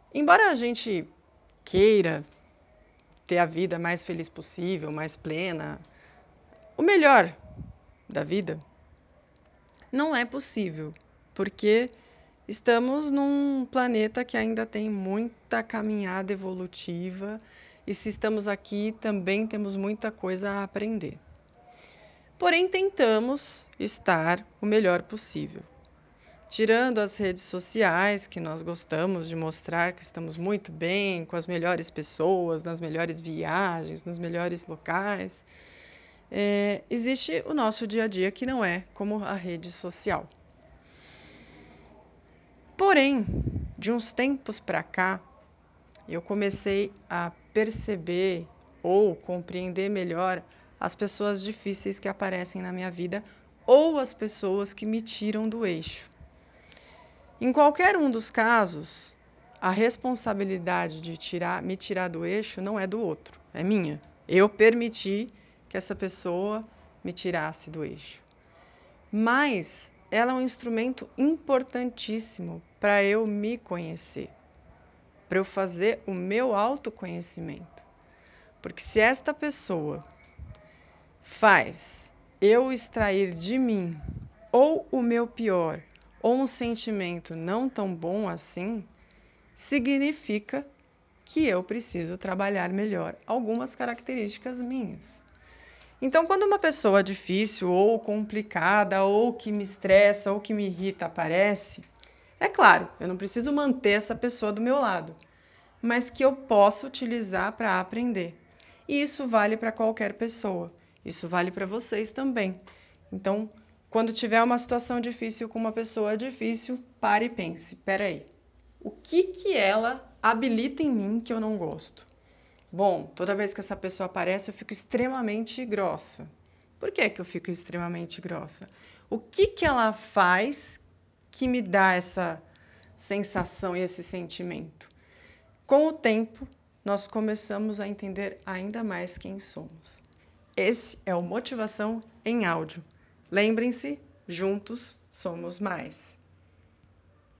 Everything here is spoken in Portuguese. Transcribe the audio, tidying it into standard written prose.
Embora a gente queira ter a vida mais feliz possível, mais plena, o melhor da vida, não é possível, porque estamos num planeta que ainda tem muita caminhada evolutiva e se estamos aqui também temos muita coisa a aprender. Porém, tentamos estar o melhor possível. Tirando as redes sociais, que nós gostamos de mostrar que estamos muito bem, com as melhores pessoas, nas melhores viagens, nos melhores locais, existe o nosso dia a dia que não é como a rede social. Porém, de uns tempos para cá, eu comecei a perceber ou compreender melhor as pessoas difíceis que aparecem na minha vida ou as pessoas que me tiram do eixo. Em qualquer um dos casos, a responsabilidade de me tirar do eixo não é do outro, é minha. Eu permiti que essa pessoa me tirasse do eixo. Mas ela é um instrumento importantíssimo para eu me conhecer, para eu fazer o meu autoconhecimento. Porque se esta pessoa faz eu extrair de mim ou o meu pior, ou um sentimento não tão bom assim, significa que eu preciso trabalhar melhor algumas características minhas. Então, quando uma pessoa difícil ou complicada, ou que me estressa, ou que me irrita aparece, é claro, eu não preciso manter essa pessoa do meu lado, mas que eu possa utilizar para aprender. E isso vale para qualquer pessoa. Isso vale para vocês também. Então, quando tiver uma situação difícil com uma pessoa difícil, pare e pense, peraí, o que ela habilita em mim que eu não gosto? Bom, toda vez que essa pessoa aparece, eu fico extremamente grossa. Por que eu fico extremamente grossa? O que ela faz que me dá essa sensação e esse sentimento? Com o tempo, nós começamos a entender ainda mais quem somos. Esse é o Motivação em Áudio. Lembrem-se, juntos somos mais.